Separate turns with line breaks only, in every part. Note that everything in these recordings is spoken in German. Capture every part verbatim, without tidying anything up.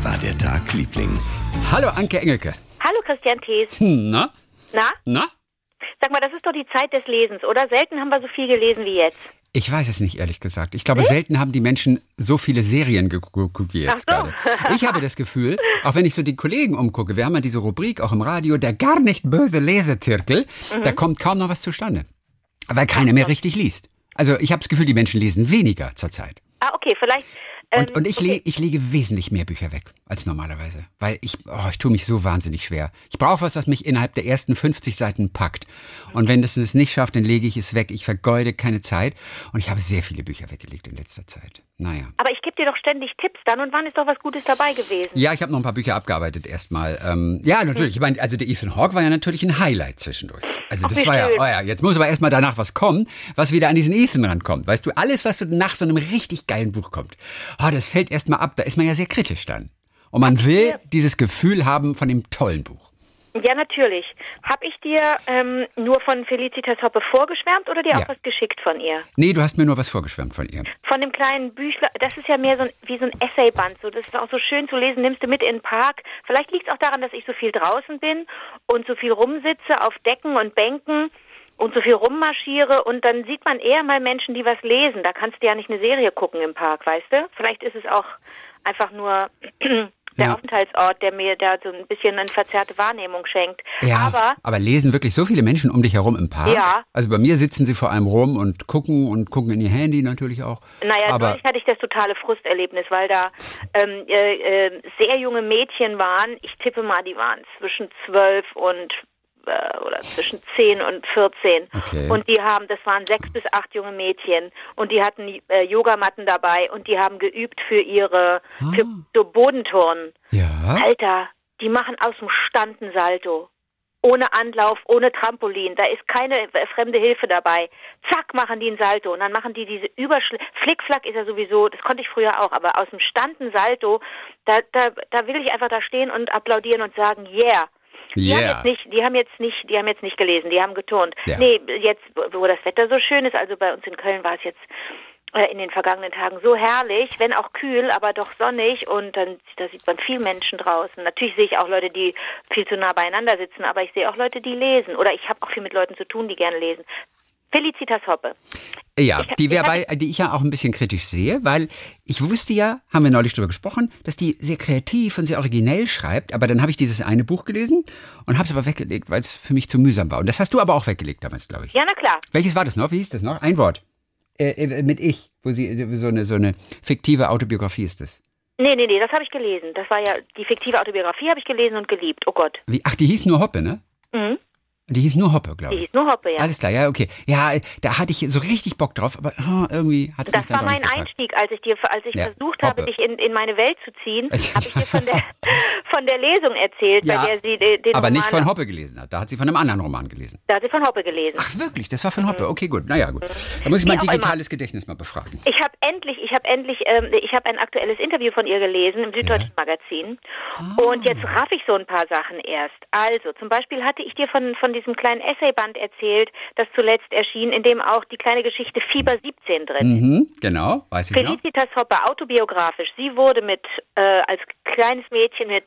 Wie war der Tag, Liebling?
Hallo Anke Engelke.
Hallo Christian Thees.
Na?
Na?
Na?
Sag mal, das ist doch die Zeit des Lesens, oder? Selten haben wir so viel gelesen wie jetzt.
Ich weiß es nicht, ehrlich gesagt. Ich glaube, nee? selten haben die Menschen so viele Serien geguckt wie jetzt
Ach so.
gerade. Ich habe das Gefühl, auch wenn ich so die Kollegen umgucke, wir haben ja diese Rubrik auch im Radio, der gar nicht böse Lesezirkel, mhm. da kommt kaum noch was zustande. Weil keiner mehr richtig liest. Also ich habe das Gefühl, die Menschen lesen weniger zurzeit.
Ah, okay, vielleicht...
Und, und ich, okay. le- ich lege wesentlich mehr Bücher weg als normalerweise. Weil ich, oh, ich tue mich so wahnsinnig schwer. Ich brauche was, was mich innerhalb der ersten fünfzig Seiten packt. Und wenn das es nicht schafft, dann lege ich es weg. Ich vergeude keine Zeit. Und ich habe sehr viele Bücher weggelegt in letzter Zeit. Naja.
Aber ich gebe dir doch ständig Tipps dann. Und wann ist doch was Gutes dabei gewesen?
Ja, ich habe noch ein paar Bücher abgearbeitet erstmal. Ähm, ja, natürlich. Ich meine, also der Ethan Hawke war ja natürlich ein Highlight zwischendurch. Also das
Ach,
war ja,
schön.
oh ja, jetzt muss aber erstmal danach was kommen, was wieder an diesen Ethan rankommt. Weißt du, alles, was so nach so einem richtig geilen Buch kommt, oh, das fällt erstmal ab. Da ist man ja sehr kritisch dann. Und man will dieses Gefühl haben von dem tollen Buch.
Ja, natürlich. Hab ich dir ähm, nur von Felicitas Hoppe vorgeschwärmt oder dir
Ja.
auch was geschickt von ihr?
Nee, du hast mir nur was vorgeschwärmt von ihr.
Von dem kleinen Büchlein, das ist ja mehr so ein, wie so ein Essayband. So, das ist auch so schön zu lesen, nimmst du mit in den Park. Vielleicht liegt es auch daran, dass ich so viel draußen bin und so viel rumsitze auf Decken und Bänken und so viel rummarschiere. Und dann sieht man eher mal Menschen, die was lesen. Da kannst du ja nicht eine Serie gucken im Park, weißt du? Vielleicht ist es auch einfach nur... Der
Ja.
Aufenthaltsort, der mir da so ein bisschen eine verzerrte Wahrnehmung schenkt.
Ja,
aber,
aber lesen wirklich so viele Menschen um dich herum im Park?
Ja.
Also bei mir sitzen sie vor allem rum und gucken und gucken in ihr Handy natürlich auch.
naja,
aber
neulich hatte ich das totale Frusterlebnis, weil da ähm, äh, äh, sehr junge Mädchen waren. Ich tippe mal, die waren zwischen zwölf und äh, oder zwischen zehn und vierzehn.
Okay.
Und die haben, das waren sechs bis acht junge Mädchen und die hatten äh, Yogamatten dabei und die haben geübt für ihre
Ah.
für so Bodenturnen.
ja.
Alter, die machen aus dem Stand ein Salto. Ohne Anlauf, ohne Trampolin. Da ist keine äh, fremde Hilfe dabei. Zack, machen die ein Salto. Und dann machen die diese Überschl... Flickflack ist ja sowieso, das konnte ich früher auch, aber aus dem Stand ein Salto, da, da, da will ich einfach da stehen und applaudieren und sagen, yeah. Die
Yeah.
haben jetzt nicht, die haben jetzt nicht, die haben jetzt nicht gelesen, die haben geturnt.
Ja.
Nee, jetzt, wo das Wetter so schön ist, also bei uns in Köln war es jetzt äh, in den vergangenen Tagen so herrlich, wenn auch kühl, aber doch sonnig und dann da sieht man viel Menschen draußen. Natürlich sehe ich auch Leute, die viel zu nah beieinander sitzen, aber ich sehe auch Leute, die lesen oder ich habe auch viel mit Leuten zu tun, die gerne lesen. Felicitas Hoppe.
Ja,
Ich-
die, wir
ich hatte-
bei, die ich ja auch ein bisschen kritisch sehe, weil ich wusste ja, haben wir neulich drüber gesprochen, dass die sehr kreativ und sehr originell schreibt, aber dann habe ich dieses eine Buch gelesen und habe es aber weggelegt, weil es für mich zu mühsam war. Und das hast du aber auch weggelegt damals, glaube ich.
Ja, na klar.
Welches war das noch? Wie hieß das noch? Ein Wort. Äh, äh, mit Ich, wo sie so eine, so eine fiktive Autobiografie ist das.
Nee, nee, nee, das habe ich gelesen. Das war ja, die fiktive Autobiografie habe ich gelesen und geliebt. Oh Gott.
Wie? Ach, die hieß nur Hoppe, ne?
Mhm.
Die hieß nur Hoppe, glaube
Die
ich.
hieß nur Hoppe, ja.
Alles klar, ja, okay. Ja, da hatte ich so richtig Bock drauf, aber oh, irgendwie hat es mich
Das
dann
war
doch
mein
nicht gepackt.
Einstieg, als ich dir, als ich
Ja,
versucht habe,
Hoppe.
dich in, in meine Welt zu ziehen,
Also,
habe ich dir von der von der Lesung erzählt,
Ja,
bei der sie den, den
aber
Roman,
nicht von Hoppe gelesen hat. Da hat sie von einem anderen Roman gelesen.
Da hat sie von Hoppe gelesen.
Ach wirklich, das war von Hoppe. Okay, gut. Naja, gut. Da muss ich mein
Wie auch
digitales Gedächtnis mal befragen.
Ich habe endlich, ich habe endlich, ähm, ich habe ein aktuelles Interview von ihr gelesen im Süddeutschen Magazin
Ah.
und jetzt raff ich so ein paar Sachen erst. Also zum Beispiel hatte ich dir von von diesem kleinen Essayband erzählt, das zuletzt erschien, in dem auch die kleine Geschichte Fieber siebzehn drin ist.
Mhm, genau, weiß ich noch.
Felicitas Hoppe, autobiografisch. Sie wurde mit, äh, als kleines Mädchen mit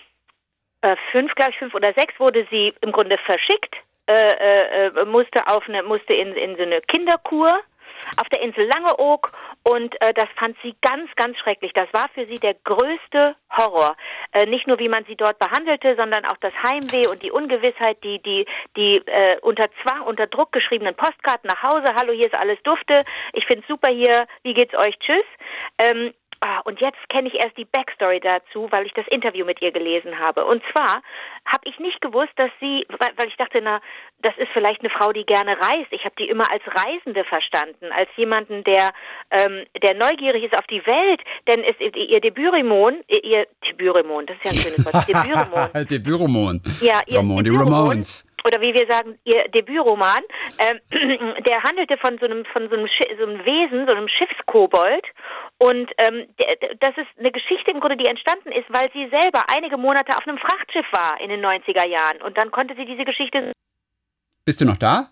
äh, fünf, glaube ich, fünf oder sechs, wurde sie im Grunde verschickt, äh, äh, musste auf eine, musste in, in so eine Kinderkur auf der Insel Langeoog und äh, das fand sie ganz, ganz schrecklich. Das war für sie der größte Horror. Äh, nicht nur, wie man sie dort behandelte, sondern auch das Heimweh und die Ungewissheit, die die die äh, unter Zwang, unter Druck geschriebenen Postkarten nach Hause. Hallo, hier ist alles dufte. Ich find's super hier. Wie geht's euch? Tschüss. Ähm, Ah, und jetzt kenne ich erst die Backstory dazu, weil ich das Interview mit ihr gelesen habe. Und zwar habe ich nicht gewusst, dass sie, weil, weil ich dachte, na, das ist vielleicht eine Frau, die gerne reist. Ich habe die immer als Reisende verstanden, als jemanden, der ähm, der neugierig ist auf die Welt. Denn es, ihr Debütroman, ihr Debütroman, das ist ja ein schönes Wort, Debütroman.
Debütroman.
Ja, ihr
Ramon, die
Debütroman,
Ramones.
oder wie wir sagen, ihr Debütroman, ähm, der handelte von so einem von so einem, Schi- so einem Wesen, so einem Schiffskobold. Und ähm, der, das ist eine Geschichte im Grunde, die entstanden ist, weil sie selber einige Monate auf einem Frachtschiff war in den neunziger Jahren. Und dann konnte sie diese Geschichte...
Bist du noch da?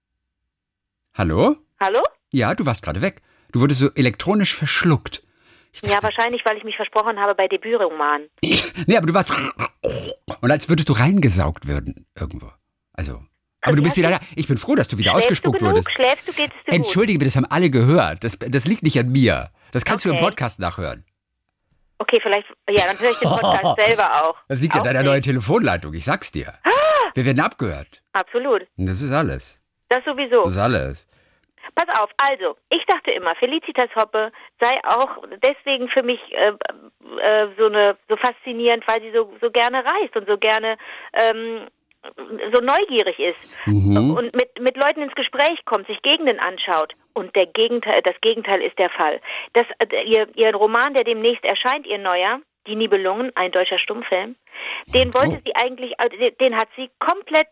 Hallo?
Hallo?
Ja, du warst gerade weg. Du wurdest so elektronisch verschluckt. Ich dachte,
ja, wahrscheinlich, weil ich mich versprochen habe bei Debütromanen.
nee, aber du warst und als würdest du reingesaugt werden irgendwo. Also, aber
Also
du bist
die
wieder
hat
da. Ich bin froh, dass du wieder
Schläfst
ausgespuckt
du genug?
wurdest.
Schläfst du, geht es dir
Entschuldige bitte, das haben alle gehört. Das, das liegt nicht an mir. Das kannst
Okay.
du im Podcast nachhören.
gut? Okay, vielleicht, ja, dann höre ich den Podcast selber auch.
Das liegt an
Auch
deiner
nicht.
neuen Telefonleitung, ich sag's dir. Wir werden abgehört.
Absolut.
Und das ist alles.
Das sowieso.
Das ist alles.
Pass auf, also, ich dachte immer, Felicitas Hoppe sei auch deswegen für mich äh, äh, so eine so faszinierend, weil sie so, so gerne reist und so gerne ähm, so neugierig ist
Mhm.
und mit, mit Leuten ins Gespräch kommt, sich Gegenden anschaut. Und der Gegenteil, das Gegenteil ist der Fall. Das, äh, ihr, ihr Roman, der demnächst erscheint, ihr neuer, Die Nibelungen, ein deutscher Stummfilm, den wollte
Oh.
sie eigentlich, also den, den hat sie komplett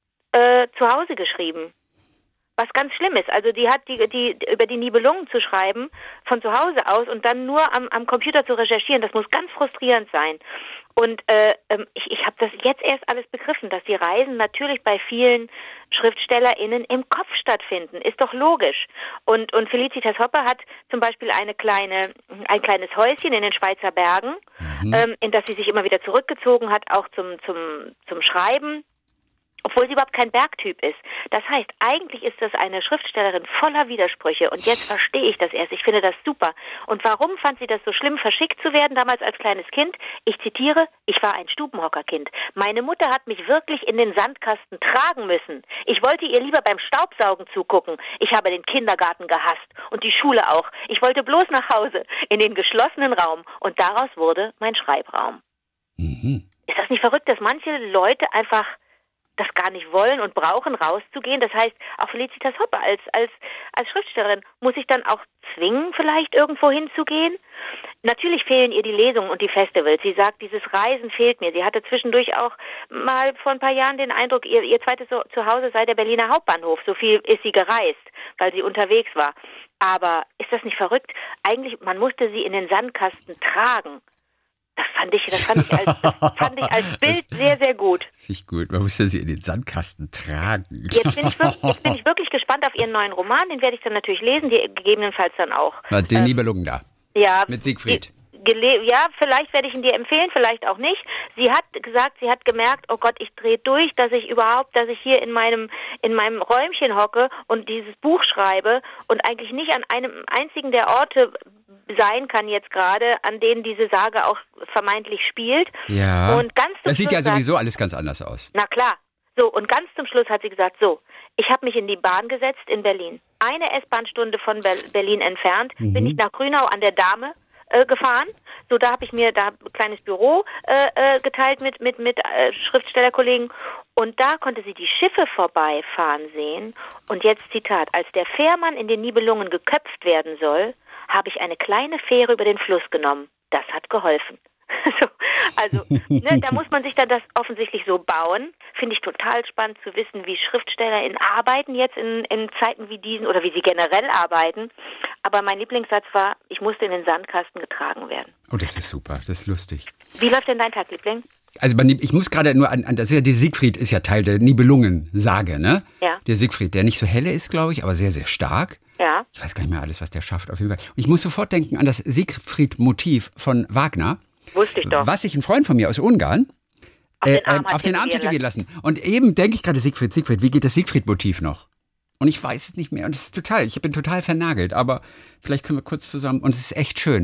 äh, zu Hause geschrieben. Was ganz schlimm ist. Also die hat die, die über die Nibelungen zu schreiben von zu Hause aus und dann nur am, am Computer zu recherchieren, das muss ganz frustrierend sein. Und äh, ich, ich habe das jetzt erst alles begriffen, dass die Reisen natürlich bei vielen SchriftstellerInnen im Kopf stattfinden. Ist doch logisch. Und, und Felicitas Hoppe hat zum Beispiel eine kleine, ein kleines Häuschen in den Schweizer Bergen,
Mhm.
ähm, in das sie sich immer wieder zurückgezogen hat, auch zum, zum, zum Schreiben. Obwohl sie überhaupt kein Bergtyp ist. Das heißt, eigentlich ist das eine Schriftstellerin voller Widersprüche. Und jetzt verstehe ich das erst. Ich finde das super. Und warum fand sie das so schlimm, verschickt zu werden damals als kleines Kind? Ich zitiere, ich war ein Stubenhockerkind. Meine Mutter hat mich wirklich in den Sandkasten tragen müssen. Ich wollte ihr lieber beim Staubsaugen zugucken. Ich habe den Kindergarten gehasst und die Schule auch. Ich wollte bloß nach Hause, in den geschlossenen Raum. Und daraus wurde mein Schreibraum.
Mhm.
Ist das nicht verrückt, dass manche Leute einfach das gar nicht wollen und brauchen, rauszugehen? Das heißt, auch Felicitas Hoppe als, als, als Schriftstellerin muss sich dann auch zwingen, vielleicht irgendwo hinzugehen. Natürlich fehlen ihr die Lesungen und die Festivals. Sie sagt, dieses Reisen fehlt mir. Sie hatte zwischendurch auch mal vor ein paar Jahren den Eindruck, ihr, ihr zweites Zuhause sei der Berliner Hauptbahnhof. So viel ist sie gereist, weil sie unterwegs war. Aber ist das nicht verrückt? Eigentlich, man musste sie in den Sandkasten tragen. Das fand ich, das fand ich als, das fand ich als Bild sehr, sehr gut.
Finde ich gut. Man muss ja sie in den Sandkasten tragen.
Jetzt bin, ich wirklich, jetzt bin ich wirklich gespannt auf ihren neuen Roman. Den werde ich dann natürlich lesen, die gegebenenfalls dann auch.
Na, den
ähm,
Nibelungen da.
Ja,
Mit Siegfried.
Gele- ja, vielleicht werde ich ihn dir empfehlen, vielleicht auch nicht. Sie hat gesagt, sie hat gemerkt, oh Gott, ich drehe durch, dass ich überhaupt, dass ich hier in meinem in meinem Räumchen hocke und dieses Buch schreibe und eigentlich nicht an einem einzigen der Orte sein kann jetzt gerade, an denen diese Sage auch vermeintlich spielt.
Ja.
Und ganz zum
Das sieht
Schluss
ja
sagt-
sowieso alles ganz anders aus.
Na klar. So, und ganz zum Schluss hat sie gesagt, so, ich habe mich in die Bahn gesetzt in Berlin. Eine S-Bahn-Stunde von Ber- Berlin entfernt
Mhm.
bin ich nach Grünau an der Dame äh, gefahren. So, da habe ich mir da ein kleines Büro äh, äh, geteilt mit mit mit äh, Schriftstellerkollegen und da konnte sie die Schiffe vorbeifahren sehen. Und jetzt Zitat: Als der Fährmann in den Nibelungen geköpft werden soll, habe ich eine kleine Fähre über den Fluss genommen. Das hat geholfen. So, also, ne, da muss man sich dann das offensichtlich so bauen. Finde ich total spannend zu wissen, wie SchriftstellerInnen arbeiten jetzt in, in Zeiten wie diesen oder wie sie generell arbeiten. Aber mein Lieblingssatz war, ich musste in den Sandkasten getragen werden.
Oh, das ist super. Das ist lustig.
Wie läuft denn dein Tag, Liebling?
Also bei Nib- ich muss gerade nur an, an das ist ja, die Siegfried ist ja Teil der Nibelungen-Sage, ne?
Ja.
Der Siegfried, der nicht so helle ist, glaube ich, aber sehr, sehr stark.
Ja.
Ich weiß gar nicht mehr alles, was der schafft, auf jeden Fall. Und ich muss sofort denken an das Siegfried-Motiv von Wagner,
Wusste ich doch.
was sich ein Freund von mir aus Ungarn
Auf
äh,
den Arm
äh,
hat
auf den Arm
tätowieren
tätowieren lassen. Und eben denke ich gerade, Siegfried, Siegfried, wie geht das Siegfried-Motiv noch? Und ich weiß es nicht mehr. Und es ist total, ich bin total vernagelt, aber vielleicht können wir kurz zusammen, und es ist echt schön.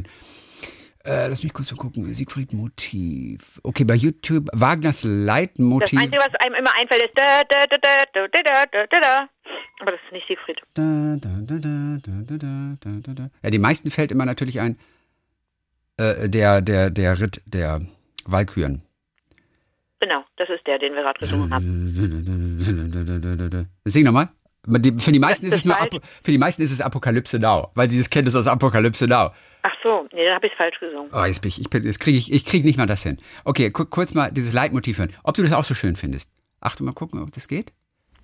Äh, lass mich kurz so gucken. Siegfried-Motiv. Okay, bei YouTube, Wagners
Das
Leitmotiv.
Einzige, was einem immer einfällt, ist da, da, da, da, da, da, da, da, da. Aber das ist nicht Siegfried.
Da, da, da, da, da, da, da, da, da. Ja, die meisten fällt immer natürlich ein, äh, der, der, der Ritt der Walküren.
Genau, das ist der, den wir gerade gesungen haben.
Sing nochmal. Für die meisten
Das
ist es nur
ist falsch.
Apo, für die meisten ist es Apokalypse Now, weil sie das kennen das aus Apokalypse Now.
Ach so, nee, dann habe ich es falsch gesungen.
Oh, jetzt bin ich, ich bin, jetzt kriege ich, ich krieg nicht mal das hin. Okay, gu kurz mal dieses Leitmotiv hören. Ob du das auch so schön findest. Achte mal gucken, ob das geht.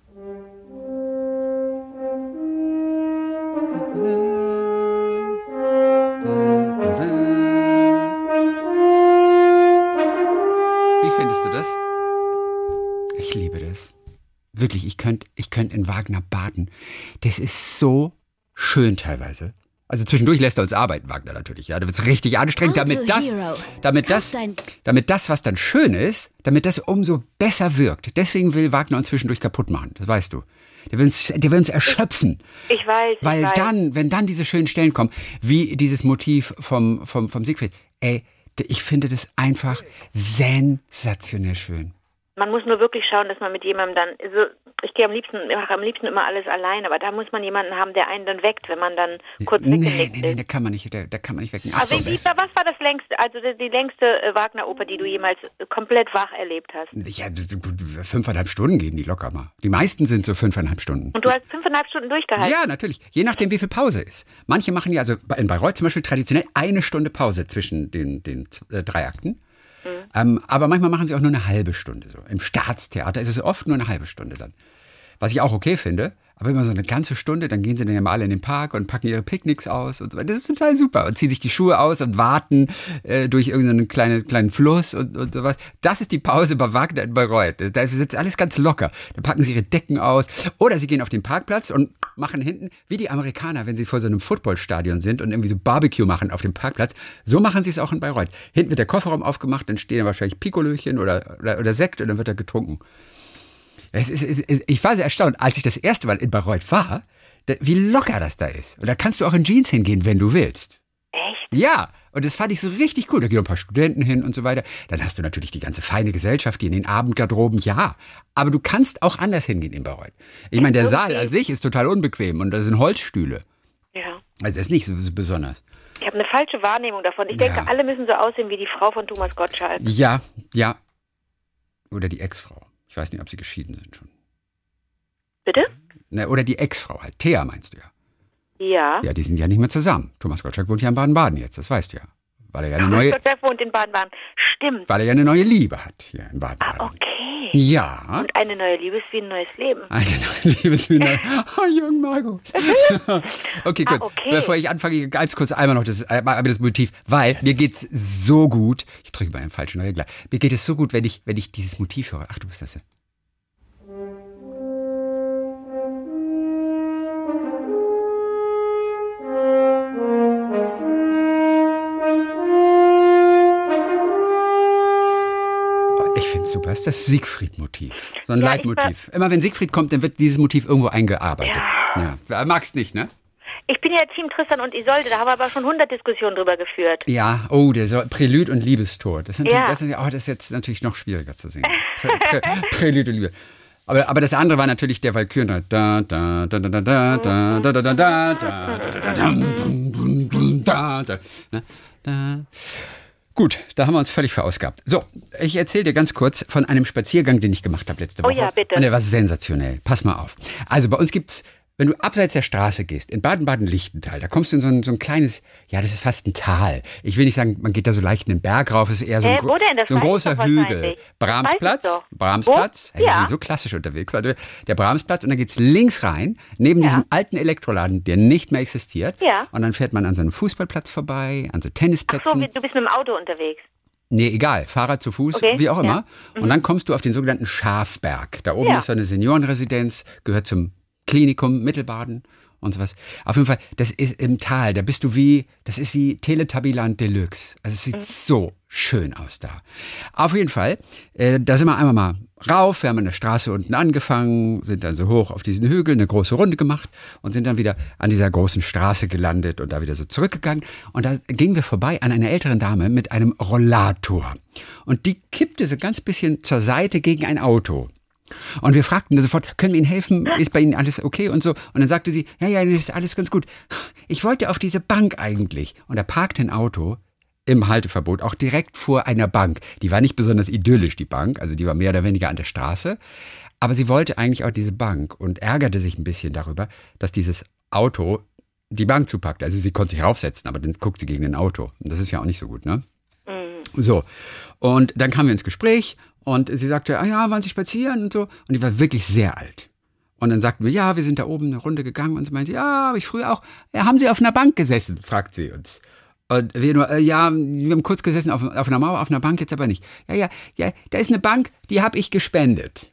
Wie findest du das? Ich liebe das. Wirklich, ich könnte ich könnt in Wagner baden. Das ist so schön teilweise. Also zwischendurch lässt er uns arbeiten, Wagner natürlich. Ja, da wird es richtig anstrengend, damit das, damit das, damit das, was dann schön ist, damit das umso besser wirkt. Deswegen will Wagner uns zwischendurch kaputt machen, das weißt du. Der will uns, der will uns erschöpfen.
Ich, ich weiß,
Weil
ich weiß.
dann, wenn dann diese schönen Stellen kommen, wie dieses Motiv vom, vom, vom Siegfried, ey, ich finde das einfach sensationell schön.
Man muss nur wirklich schauen, dass man mit jemandem dann, also ich gehe am liebsten, ich mache am liebsten immer alles allein, aber da muss man jemanden haben, der einen dann weckt, wenn man dann kurz
nee,
weggelegt
nee, nee,
ist.
da kann man nicht, da, da kann man nicht wecken.
Aber wie, was war das längste, also die, die längste äh, Wagner-Oper, die du jemals äh, komplett wach erlebt hast?
Ja, fünfeinhalb Stunden gehen die locker mal. Die meisten sind so fünfeinhalb Stunden.
Und du hast fünfeinhalb Stunden durchgehalten?
Ja, natürlich. Je nachdem, wie viel Pause ist. Manche machen ja, also in Bayreuth zum Beispiel traditionell eine Stunde Pause zwischen den, den äh, drei Akten. Mhm. Ähm, aber manchmal machen sie auch nur eine halbe Stunde. So. Im Staatstheater ist es oft nur eine halbe Stunde dann. Was ich auch okay finde, aber immer so eine ganze Stunde, dann gehen sie dann ja mal alle in den Park und packen ihre Picknicks aus und so weiter. Das ist total super. Und ziehen sich die Schuhe aus und warten äh, durch irgendeinen kleinen, kleinen Fluss und, und sowas. Das ist die Pause bei Wagner in Bayreuth. Da sitzt alles ganz locker. Da packen sie ihre Decken aus. Oder sie gehen auf den Parkplatz und machen hinten, wie die Amerikaner, wenn sie vor so einem Footballstadion sind und irgendwie so Barbecue machen auf dem Parkplatz. So machen sie es auch in Bayreuth. Hinten wird der Kofferraum aufgemacht, dann stehen da wahrscheinlich Pikolöchen oder, oder, oder Sekt und dann wird da getrunken. Es ist, es ist, ich war sehr erstaunt, als ich das erste Mal in Bayreuth war, da, wie locker das da ist. Und da kannst du auch in Jeans hingehen, wenn du willst.
Echt?
Ja, und das fand ich so richtig cool. Da gehen ein paar Studenten hin und so weiter. Dann hast du natürlich die ganze feine Gesellschaft, die in den Abendgarderoben, ja. Aber du kannst auch anders hingehen in Bayreuth. Ich meine, der Saal an sich ist total unbequem und da sind Holzstühle.
Ja.
Also das ist nicht so, so besonders.
Ich habe eine falsche Wahrnehmung davon. Ich denke,
Ja.
alle müssen so aussehen wie die Frau von Thomas Gottschalk.
Ja, ja. Oder die Ex-Frau. Ich weiß nicht, ob sie geschieden sind schon.
Bitte?
Na, oder die Ex-Frau halt. Thea meinst du ja.
Ja.
Ja, die sind ja nicht mehr zusammen. Thomas Gottschalk wohnt ja in Baden-Baden jetzt, das weißt du ja. Weil er ja eine neue,
Thomas Gottschalk wohnt in Baden-Baden. Stimmt.
weil er ja eine neue Liebe hat hier in Baden-Baden.
Ah, okay.
Ja.
Und eine neue Liebe ist wie ein neues Leben.
Eine neue Liebesmühle. Oh, Jürgen Margus. Okay, gut.
Ah, okay.
Bevor ich anfange, ganz kurz einmal noch das, einmal das Motiv, weil mir geht's so gut. Ich drücke mal einen falschen Regler. Mir geht es so gut, wenn ich, wenn ich dieses Motiv höre. Ach, du bist das ja. Ich finde es super, das ist das Siegfried-Motiv. So ein
Ja,
Leitmotiv. Immer wenn Siegfried kommt, dann wird dieses Motiv irgendwo eingearbeitet. Ja. Ja. Magst nicht, ne?
Ich bin ja Team Tristan und Isolde, da haben wir aber schon hundert Diskussionen drüber geführt.
Ja, oh, der so, Prälude und Liebestor. Das, sind,
Ja.
das, ist, oh, das ist jetzt natürlich noch schwieriger zu singen. Prä, Prä, Prälude und Liebe. Aber, aber das andere war natürlich der Walküren. Da, da, da, da, da, da, da, da, da, da, da, da, da, da, da, da. Gut, da haben wir uns völlig verausgabt. So, ich erzähle dir ganz kurz von einem Spaziergang, den ich gemacht habe letzte Woche.
Oh ja, bitte.
Und der war sensationell. Pass mal auf. Also bei uns gibt's, wenn du abseits der Straße gehst, in Baden-Baden-Lichtental, da kommst du in so ein, so ein kleines, ja, das ist fast ein Tal. Ich will nicht sagen, man geht da so leicht in den Berg rauf, es ist eher so ein,
Äh, wo denn? Das
so ein
weiß ich
großer
doch
Hügel.
wahrscheinlich.
Bramsplatz,
Weiß ich doch.
Bramsplatz.
Wo?
Hey, wir
Ja.
sind so klassisch unterwegs, Leute. Der Bramsplatz und dann geht's links rein, neben
Ja.
diesem alten Elektroladen, der nicht mehr existiert.
Ja.
Und dann fährt man an so einem Fußballplatz vorbei, an so
Ach
Tennisplätzen.
so, du bist mit dem Auto unterwegs.
Nee, egal. Fahrrad zu Fuß,
Okay,
wie auch immer.
ja. Mhm.
Und dann kommst du auf den sogenannten Schafberg. Da oben
Ja.
ist so eine Seniorenresidenz, gehört zum Klinikum Mittelbaden und sowas. Auf jeden Fall, das ist im Tal. Da bist du wie, das ist wie Teletubbyland Deluxe. Also es sieht
Mhm.
so schön aus da. Auf jeden Fall, äh, da sind wir einmal mal rauf. Wir haben an der Straße unten angefangen, sind dann so hoch auf diesen Hügel, eine große Runde gemacht und sind dann wieder an dieser großen Straße gelandet und da wieder so zurückgegangen. Und da gingen wir vorbei an einer älteren Dame mit einem Rollator. Und die kippte so ganz bisschen zur Seite gegen ein Auto. Und wir fragten sofort, können wir Ihnen helfen? Ist bei Ihnen alles okay und so? Und dann sagte sie, ja, ja, das ist alles ganz gut. Ich wollte auf diese Bank eigentlich. Und da parkte ein Auto im Halteverbot, auch direkt vor einer Bank. Die war nicht besonders idyllisch, die Bank. Also die war mehr oder weniger an der Straße. Aber sie wollte eigentlich auch diese Bank und ärgerte sich ein bisschen darüber, dass dieses Auto die Bank zupackt. Also sie konnte sich raufsetzen, aber dann guckt sie gegen ein Auto. Und das ist ja auch nicht so gut, ne?
Mhm.
So. Und dann kamen wir ins Gespräch und sie sagte, ah ja, waren Sie spazieren und so. Und die war wirklich sehr alt. Und dann sagten wir, ja, wir sind da oben eine Runde gegangen. Und sie meinte, ja, habe ich früher auch. Ja, haben Sie auf einer Bank gesessen? Fragt sie uns. Und wir nur, äh, ja, wir haben kurz gesessen auf, auf einer Mauer, auf einer Bank, jetzt aber nicht. Ja, ja, ja, da ist eine Bank, die habe ich gespendet.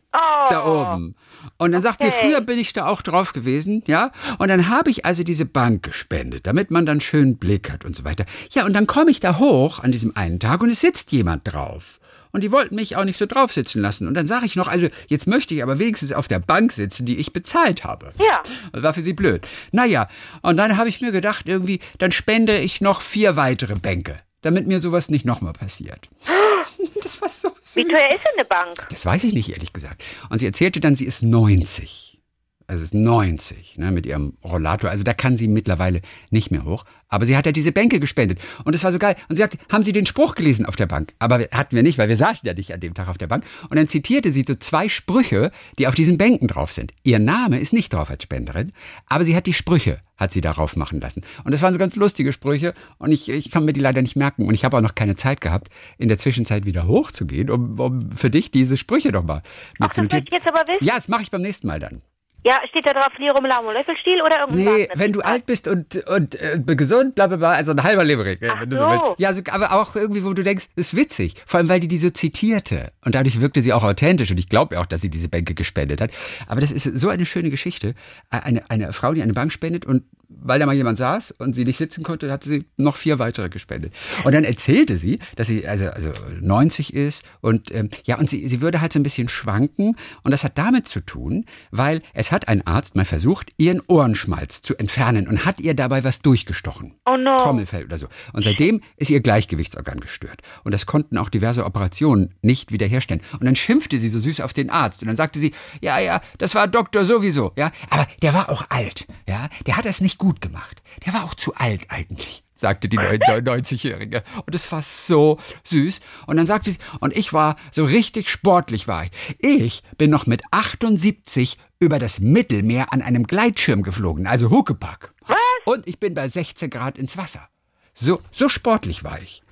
Oh.
Da oben. Und dann sagt sie,
Okay.
früher bin ich da auch drauf gewesen, ja. Und dann habe ich also diese Bank gespendet, damit man dann schön Blick hat und so weiter. Ja, und dann komme ich da hoch an diesem einen Tag und es sitzt jemand drauf. Und die wollten mich auch nicht so drauf sitzen lassen. Und dann sage ich noch, also jetzt möchte ich aber wenigstens auf der Bank sitzen, die ich bezahlt habe.
Ja.
Das war für sie blöd. Naja, und dann habe ich mir gedacht, irgendwie, dann spende ich noch vier weitere Bänke, damit mir sowas nicht nochmal passiert. Das war so süß.
Wie teuer ist denn eine Bank?
Das weiß ich nicht, ehrlich gesagt. Und sie erzählte dann, sie ist neunzig. Also ist neunzig, ne, mit ihrem Rollator. Also da kann sie mittlerweile nicht mehr hoch. Aber sie hat ja diese Bänke gespendet. Und es war so geil. Und sie sagte, haben Sie den Spruch gelesen auf der Bank? Aber hatten wir nicht, weil wir saßen ja nicht an dem Tag auf der Bank. Und dann zitierte sie so zwei Sprüche, die auf diesen Bänken drauf sind. Ihr Name ist nicht drauf als Spenderin, aber sie hat die Sprüche, hat sie darauf machen lassen. Und das waren so ganz lustige Sprüche. Und ich, ich kann mir die leider nicht merken. Und ich habe auch noch keine Zeit gehabt, in der Zwischenzeit wieder hochzugehen, um, um für dich diese Sprüche noch mal
Ach, das möchte ich jetzt aber wissen.
Ja, das mache ich beim nächsten Mal dann.
Ja, steht da drauf Lirum Larum Löffelstiel oder irgendwas?
Nee, wenn du alt bist und, und äh, gesund, bla bla bla, also ein halber Leberig.
Ach
wenn du
so.
willst. Ja, so, aber auch irgendwie, wo du denkst, ist witzig. Vor allem, weil die die so zitierte. Und dadurch wirkte sie auch authentisch. Und ich glaube auch, dass sie diese Bänke gespendet hat. Aber das ist so eine schöne Geschichte. Eine, eine Frau, die eine Bank spendet und weil da mal jemand saß und sie nicht sitzen konnte, hat sie noch vier weitere gespendet. Und dann erzählte sie, dass sie also, also neunzig ist und ähm, ja, und sie, sie würde halt so ein bisschen schwanken. Und das hat damit zu tun, weil es hat ein Arzt mal versucht, ihren Ohrenschmalz zu entfernen und hat ihr dabei was durchgestochen.
Oh no.
Trommelfell oder so. Und seitdem ist ihr Gleichgewichtsorgan gestört. Und das konnten auch diverse Operationen nicht wiederherstellen. Und dann schimpfte sie so süß auf den Arzt. Und dann sagte sie, ja, ja, das war Doktor sowieso. Ja, aber der war auch alt. Ja, der hat das nicht gut gemacht. Der war auch zu alt eigentlich, sagte die neunzigjährige. Und es war so süß. Und dann sagte sie, und ich war so richtig sportlich war ich. Ich bin noch mit achtundsiebzig über das Mittelmeer an einem Gleitschirm geflogen, also Huckepack.
Was?
Und ich bin bei sechzehn Grad ins Wasser. So, so sportlich war ich.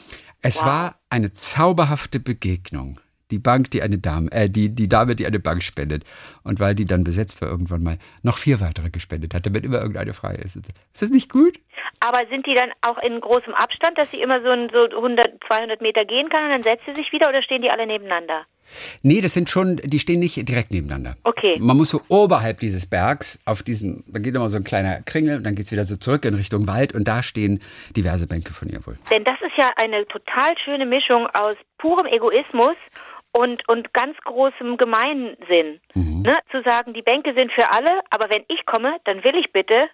Es
Wow.
war eine zauberhafte Begegnung. Die Bank, die eine Dame, äh, die, die Dame, die eine Bank spendet. Und weil die dann besetzt war, irgendwann mal noch vier weitere gespendet hat, damit immer irgendeine frei ist. Ist das nicht gut?
Aber sind die dann auch in großem Abstand, dass sie immer so, ein, so hundert, zweihundert Meter gehen kann und dann setzt sie sich wieder oder stehen die alle nebeneinander?
Nee, das sind schon, die stehen nicht direkt nebeneinander.
Okay.
Man muss so oberhalb dieses Bergs, auf diesem, da geht immer so ein kleiner Kringel und dann geht es wieder so zurück in Richtung Wald und da stehen diverse Bänke von ihr wohl.
Denn das ist ja eine total schöne Mischung aus purem Egoismus und, und ganz großem Gemeinsinn.
Mhm.
Ne? Zu sagen, die Bänke sind für alle, aber wenn ich komme, dann will ich bitte,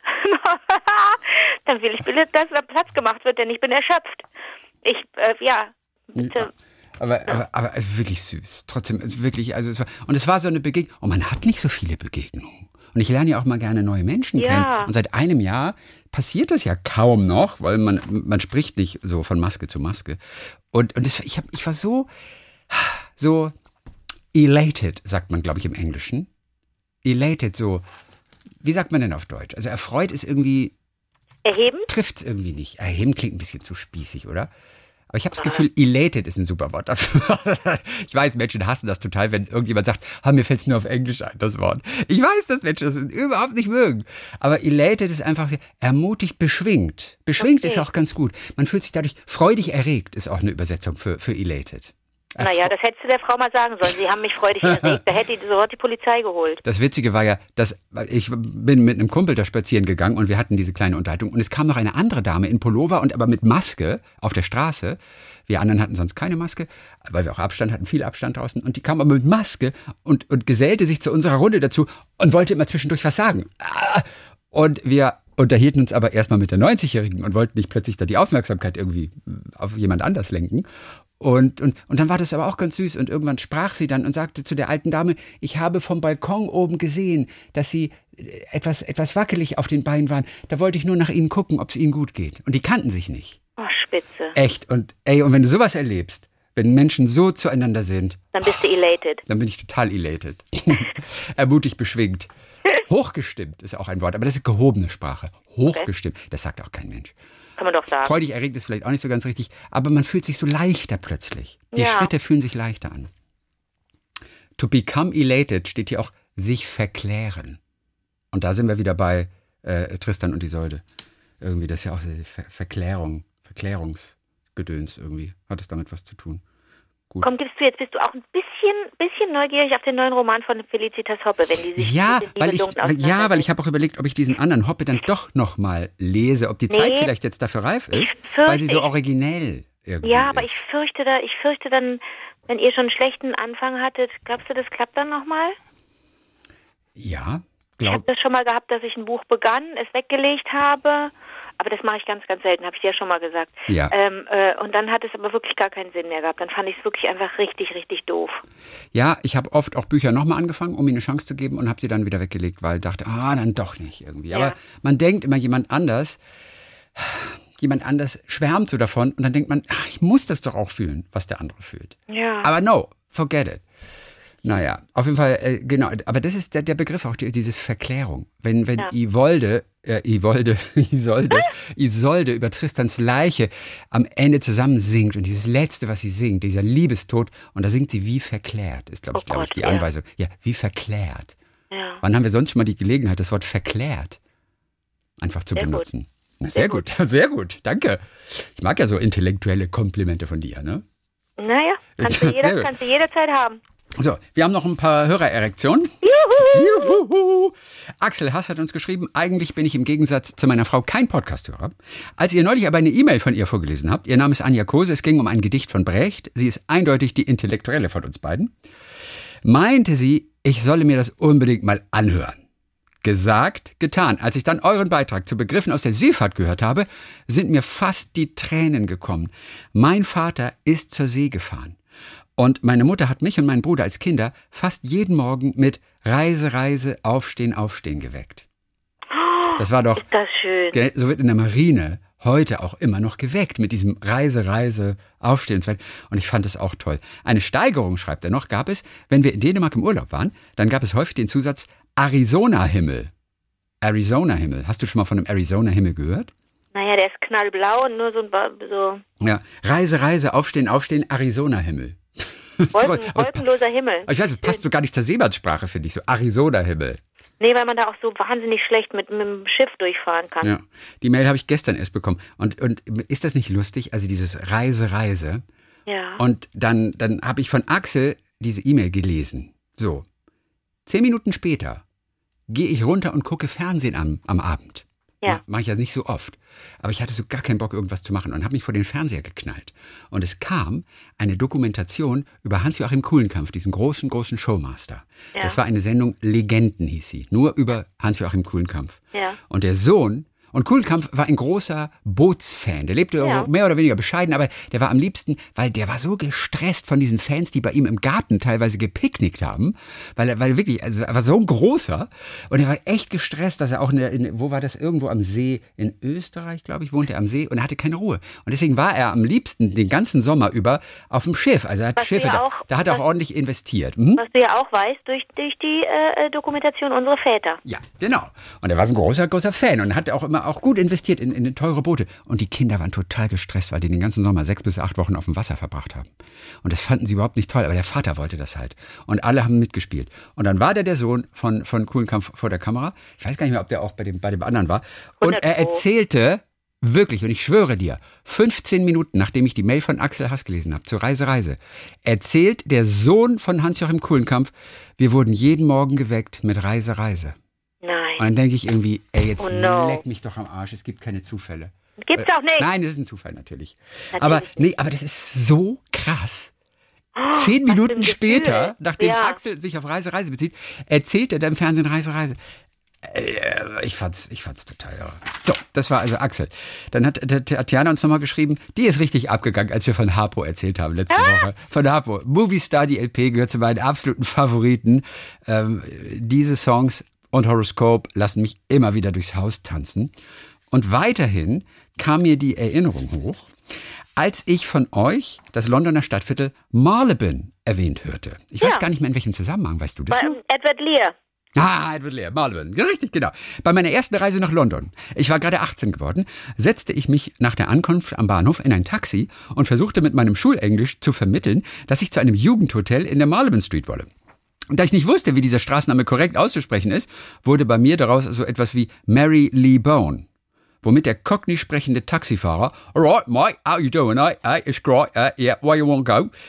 dann will ich bitte, dass da Platz gemacht wird, denn ich bin erschöpft. Ich, äh, ja, bitte.
Aber, aber, aber es ist wirklich süß. Trotzdem, es ist wirklich, also es war, und es war so eine Begegnung. Und man hat nicht so viele Begegnungen. Und ich lerne ja auch mal gerne neue Menschen
Ja.
kennen. Und seit einem Jahr passiert das ja kaum noch, weil man, man spricht nicht so von Maske zu Maske. Und, und das, ich, hab, ich war so, so elated, sagt man, glaube ich, im Englischen. Elated, so, wie sagt man denn auf Deutsch? Also erfreut ist irgendwie,
Erheben?
trifft es irgendwie nicht. Erheben klingt ein bisschen zu spießig, oder? Aber ich habe das Gefühl, elated ist ein super Wort dafür. Ich weiß, Menschen hassen das total, wenn irgendjemand sagt, ah, mir fällt es nur auf Englisch ein, das Wort. Ich weiß, dass Menschen das überhaupt nicht mögen. Aber elated ist einfach sehr ermutigt, beschwingt. Beschwingt
Okay.
ist auch ganz gut. Man fühlt sich dadurch freudig erregt, ist auch eine Übersetzung für, für elated.
Naja, das hättest du der Frau mal sagen sollen. Sie haben mich freudig erregt. Da hätte die sofort die Polizei geholt.
Das Witzige war ja, dass ich bin mit einem Kumpel da spazieren gegangen und wir hatten diese kleine Unterhaltung und es kam noch eine andere Dame in Pullover und aber mit Maske auf der Straße. Wir anderen hatten sonst keine Maske, weil wir auch Abstand hatten, viel Abstand draußen. Und die kam aber mit Maske und, und gesellte sich zu unserer Runde dazu und wollte immer zwischendurch was sagen. Und wir unterhielten uns aber erstmal mit der neunzigjährigen und wollten nicht plötzlich da die Aufmerksamkeit irgendwie auf jemand anders lenken. Und, und, und dann war das aber auch ganz süß und irgendwann sprach sie dann und sagte zu der alten Dame, ich habe vom Balkon oben gesehen, dass Sie etwas, etwas wackelig auf den Beinen waren. Da wollte ich nur nach Ihnen gucken, ob es Ihnen gut geht. Und die kannten sich nicht.
Oh, spitze.
Echt. Und ey, und wenn du sowas erlebst, wenn Menschen so zueinander sind,
Dann bist du elated.
dann bin ich total elated. Ermutigt, beschwingt. Hochgestimmt ist auch ein Wort, aber das ist gehobene Sprache. Hochgestimmt, das sagt auch kein Mensch.
Kann man doch sagen.
Freudig erregt ist vielleicht auch nicht so ganz richtig, aber man fühlt sich so leichter plötzlich. Die
Ja.
Schritte fühlen sich leichter an. To become elated steht hier auch sich verklären. Und da sind wir wieder bei äh, Tristan und Isolde. Irgendwie, das ist ja auch Ver Verklärung, Verklärungsgedöns irgendwie. Hat es damit was zu tun? gut.
Komm, gibst du jetzt, bist du auch ein bisschen, bisschen neugierig auf den neuen Roman von Felicitas Hoppe, wenn die sich
ja,
mit den
weil ich,
Nibelungen
ja, weil ich habe auch überlegt, ob ich diesen anderen Hoppe dann doch nochmal lese, ob die
Nee,
Zeit vielleicht jetzt dafür reif ist,
fürchte,
weil sie so originell irgendwie
Ja, aber
ist.
ich fürchte da, ich fürchte dann, wenn ihr schon einen schlechten Anfang hattet, glaubst du, das klappt dann nochmal?
Ja,
Ich habe
glaub,
das schon mal gehabt, dass ich ein Buch begann, es weggelegt habe. Aber das mache ich ganz, ganz selten, habe ich dir ja schon mal gesagt.
Ja.
Ähm, äh, und dann hat es aber wirklich gar keinen Sinn mehr gehabt. Dann fand ich es wirklich einfach richtig, richtig doof.
ja, ich habe oft auch Bücher nochmal angefangen, um ihnen eine Chance zu geben und habe sie dann wieder weggelegt, weil ich dachte, ah, dann doch nicht irgendwie. Aber
Ja.
man denkt immer, jemand anders, jemand anders schwärmt so davon und dann denkt man, ach, ich muss das doch auch fühlen, was der andere fühlt.
Ja.
Aber no, forget it. Naja, auf jeden Fall, äh, genau, aber das ist der, der Begriff auch, die, dieses Verklärung. Wenn, wenn
Ja.
Isolde, äh, Isolde, Isolde, Isolde über Tristans Leiche am Ende zusammen singt und dieses Letzte, was sie singt, dieser Liebestod, und da singt sie wie verklärt, ist, glaube ich,
Oh
glaube ich,
Gott,
die
ja.
Anweisung. Ja, wie verklärt.
Ja.
Wann haben wir sonst schon mal die Gelegenheit, das Wort verklärt einfach zu
Sehr gut.
benutzen? Na,
Sehr
sehr gut, sehr gut, danke. Ich mag ja so intellektuelle Komplimente von dir, ne?
Naja, kannst du,
Sehr
jeder,
gut.
kannst du jederzeit haben.
So, wir haben noch ein paar Hörererektionen.
Juhu!
Juhu. Axel Hass hat uns geschrieben, eigentlich bin ich im Gegensatz zu meiner Frau kein Podcast-Hörer. Als ihr neulich aber eine E-Mail von ihr vorgelesen habt, ihr Name ist Anja Kose, es ging um ein Gedicht von Brecht, sie ist eindeutig die Intellektuelle von uns beiden, meinte sie, ich solle mir das unbedingt mal anhören. Gesagt, getan. Als ich dann euren Beitrag zu Begriffen aus der Seefahrt gehört habe, sind mir fast die Tränen gekommen. Mein Vater ist zur See gefahren. Und meine Mutter hat mich und meinen Bruder als Kinder fast jeden Morgen mit Reise, Reise, Aufstehen, Aufstehen geweckt. Das war doch,
Ist das schön.
gell, so wird in der Marine heute auch immer noch geweckt mit diesem Reise, Reise, Aufstehen und so weiter. Und ich fand es auch toll. Eine Steigerung, schreibt er noch, gab es, wenn wir in Dänemark im Urlaub waren, dann gab es häufig den Zusatz Arizona-Himmel. Arizona-Himmel. Hast du schon mal von einem Arizona-Himmel gehört?
Naja, der ist knallblau und nur so ein ba- so
Ja, Reise, Reise, Aufstehen, Aufstehen, Arizona-Himmel.
Wolken,
Aber es pa-
wolkenloser Himmel.
Ich weiß, es passt so gar nicht zur Seemannssprache, finde ich, so Arizona-Himmel.
Nee, weil man da auch so wahnsinnig schlecht mit, mit dem Schiff durchfahren kann.
Ja, die Mail habe ich gestern erst bekommen. Und, und ist das nicht lustig? Also dieses Reise, Reise.
Ja.
Und dann, dann habe ich von Axel diese E-Mail gelesen. So, zehn Minuten später gehe ich runter und gucke Fernsehen am, am Abend.
Ja.
Mache ich ja nicht so oft. Aber ich hatte so gar keinen Bock, irgendwas zu machen und habe mich vor den Fernseher geknallt. Und es kam eine Dokumentation über Hans-Joachim Kulenkampff, diesen großen, großen Showmaster.
Ja.
Das war eine Sendung, Legenden hieß sie, nur über Hans-Joachim Kulenkampff.
Ja.
Und der Sohn, und Kulenkampff war ein großer Bootsfan. Der lebte
Ja.
mehr oder weniger bescheiden, aber der war am liebsten, weil der war so gestresst von diesen Fans, die bei ihm im Garten teilweise gepicknickt haben, weil er, weil er wirklich, also er war so ein großer und er war echt gestresst, dass er auch in der, in, wo war das, irgendwo am See, in Österreich, glaube ich, wohnte er am See und er hatte keine Ruhe. Und deswegen war er am liebsten den ganzen Sommer über auf dem Schiff. Also er hat
Was
Schiffe,
wir
da,
auch-
da hat er auch
was-
ordentlich investiert. Mhm.
Was du ja auch weißt, durch, durch die äh, Dokumentation unserer Väter.
Ja, genau. Und er war so ein großer, großer Fan und hat auch immer auch gut investiert in, in teure Boote. Und die Kinder waren total gestresst, weil die den ganzen Sommer sechs bis acht Wochen auf dem Wasser verbracht haben. Und das fanden sie überhaupt nicht toll, aber der Vater wollte das halt. Und alle haben mitgespielt. Und dann war der der Sohn von, von Kulenkampff vor der Kamera. Ich weiß gar nicht mehr, ob der auch bei dem, bei dem anderen war. Und er erzählte wirklich, und ich schwöre dir, fünfzehn Minuten, nachdem ich die Mail von Axel Hass gelesen habe, zur Reise, Reise, erzählt der Sohn von Hans-Joachim Kulenkampff, wir wurden jeden Morgen geweckt mit Reise, Reise.
Nein.
Und dann denke ich irgendwie, ey, jetzt
Oh no.
leck mich doch am Arsch, es gibt keine Zufälle.
Gibt's auch nicht.
Nein, das ist ein Zufall natürlich.
Natürlich
aber
nicht.
nee, aber das ist so krass.
Oh,
Zehn
was
Minuten
für ein
später,
Gefühl.
nachdem
Ja.
Axel sich auf Reise, Reise bezieht, erzählt er da im Fernsehen Reise, Reise. Äh, Ich fand's, ich fand's total irre. So, das war also Axel. Dann hat der Tatjana uns nochmal geschrieben, die ist richtig abgegangen, als wir von Harpo erzählt haben letzte
Ah.
Woche. Von Harpo. Movie Star, die L P, gehört zu meinen absoluten Favoriten. Ähm, diese Songs und Horoskop lassen mich immer wieder durchs Haus tanzen. Und weiterhin kam mir die Erinnerung hoch, als ich von euch das Londoner Stadtviertel Marylebone erwähnt hörte. Ich weiß
Ja.
gar nicht mehr, in welchem Zusammenhang, weißt du das?
Bei, ähm, Edward Lear.
Ah, Edward Lear, Marylebone. Ja, richtig, genau. Bei meiner ersten Reise nach London, ich war gerade achtzehn geworden, setzte ich mich nach der Ankunft am Bahnhof in ein Taxi und versuchte mit meinem Schulenglisch zu vermitteln, dass ich zu einem Jugendhotel in der Marylebone Street wolle. Und da ich nicht wusste, wie dieser Straßenname korrekt auszusprechen ist, wurde bei mir daraus so etwas wie Mary Lee Bone. Womit der Cockney sprechende Taxifahrer, alright, mate, how you doing, eh? Eh, it's great, uh, yeah, where you want to go? Ja,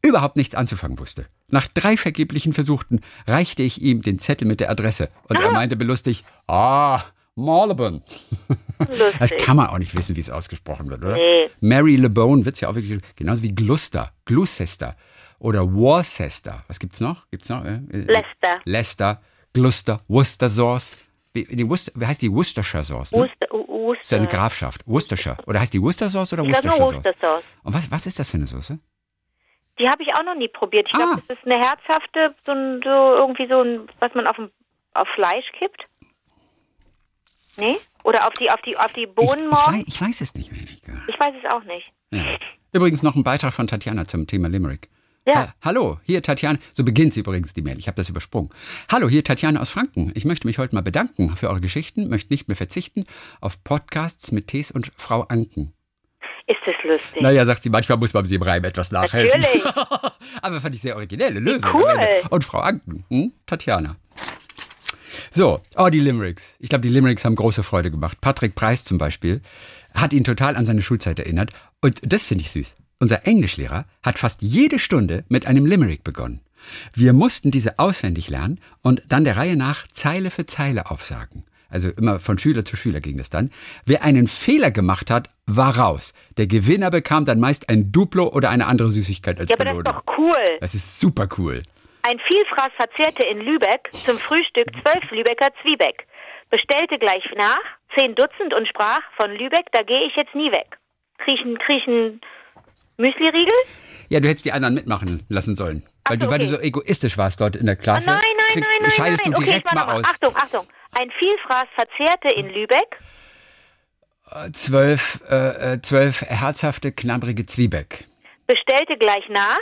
überhaupt nichts anzufangen wusste. Nach drei vergeblichen Versuchen reichte ich ihm den Zettel mit der Adresse und er meinte belustigt, ah, Marylebone. Das kann man auch nicht wissen, wie es ausgesprochen wird, oder?
Nee.
Marylebone wird es ja auch wirklich, genauso wie Gloucester, Gloucester oder Worcester. Was gibt's noch? Gibt's noch? Äh,
Leicester.
Leicester, Gloucester, Worcester Sauce. Wie, die Worcester, wie heißt die Worcestershire Sauce? Ne?
Worcester, Worcester.
Das ist ja eine Grafschaft. Worcestershire. Oder heißt die Worcester Sauce oder
Ich glaube nur
Worcestershire
Worcester
Sauce?
Sauce.
Und was, was ist das für eine Soße?
Die habe ich auch noch nie probiert. Ich
Ah.
glaube, das ist eine herzhafte, so, ein, so irgendwie so ein, was man auf, ein, auf Fleisch kippt. Nee? Oder auf die, auf die, auf die Bohnen
ich, ich,
morgen?
weiß, ich weiß es nicht mehr. Nicht gar.
Ich weiß es auch nicht.
Ja. Übrigens noch ein Beitrag von Tatjana zum Thema Limerick.
Ja.
Ha- Hallo, hier Tatjana. So beginnt sie übrigens die Mail. Ich habe das übersprungen. Hallo, hier Tatjana aus Franken. Ich möchte mich heute mal bedanken für eure Geschichten, möchte nicht mehr verzichten auf Podcasts mit Tees und Frau Anken.
Ist das lustig?
Naja, sagt sie, manchmal muss man mit dem Reim etwas nachhelfen.
Natürlich.
Aber fand ich sehr originelle Lösung.
Cool.
am Ende. Und Frau Anken, hm? Tatjana. So, oh, die Limericks. Ich glaube, die Limericks haben große Freude gemacht. Patrick Preis zum Beispiel hat ihn total an seine Schulzeit erinnert. Und das finde ich süß. Unser Englischlehrer hat fast jede Stunde mit einem Limerick begonnen. Wir mussten diese auswendig lernen und dann der Reihe nach Zeile für Zeile aufsagen. Also immer von Schüler zu Schüler ging das dann. Wer einen Fehler gemacht hat, war raus. Der Gewinner bekam dann meist ein Duplo oder eine andere Süßigkeit als
Ja, aber das
Belohnung.
ist doch cool.
Das ist super cool.
Ein Vielfraß verzehrte in Lübeck zum Frühstück zwölf Lübecker Zwiebeck. Bestellte gleich nach, zehn Dutzend und sprach, von Lübeck, da gehe ich jetzt nie weg. Kriechen, kriechen Müsli-Riegel?
Ja, du hättest die anderen mitmachen lassen sollen. Weil,
Ach so,
du, weil du
okay.
so egoistisch warst dort in der
Ah,
Klasse.
nein, nein,
krieg-
nein, nein,
scheidest
nein.
du
Okay,
direkt
ich mach
mal
noch
aus.
Achtung, Achtung. Ein Vielfraß verzehrte in Lübeck.
Äh, Zwölf, äh, äh, zwölf herzhafte, knabbrige Zwiebeck.
Bestellte gleich nach.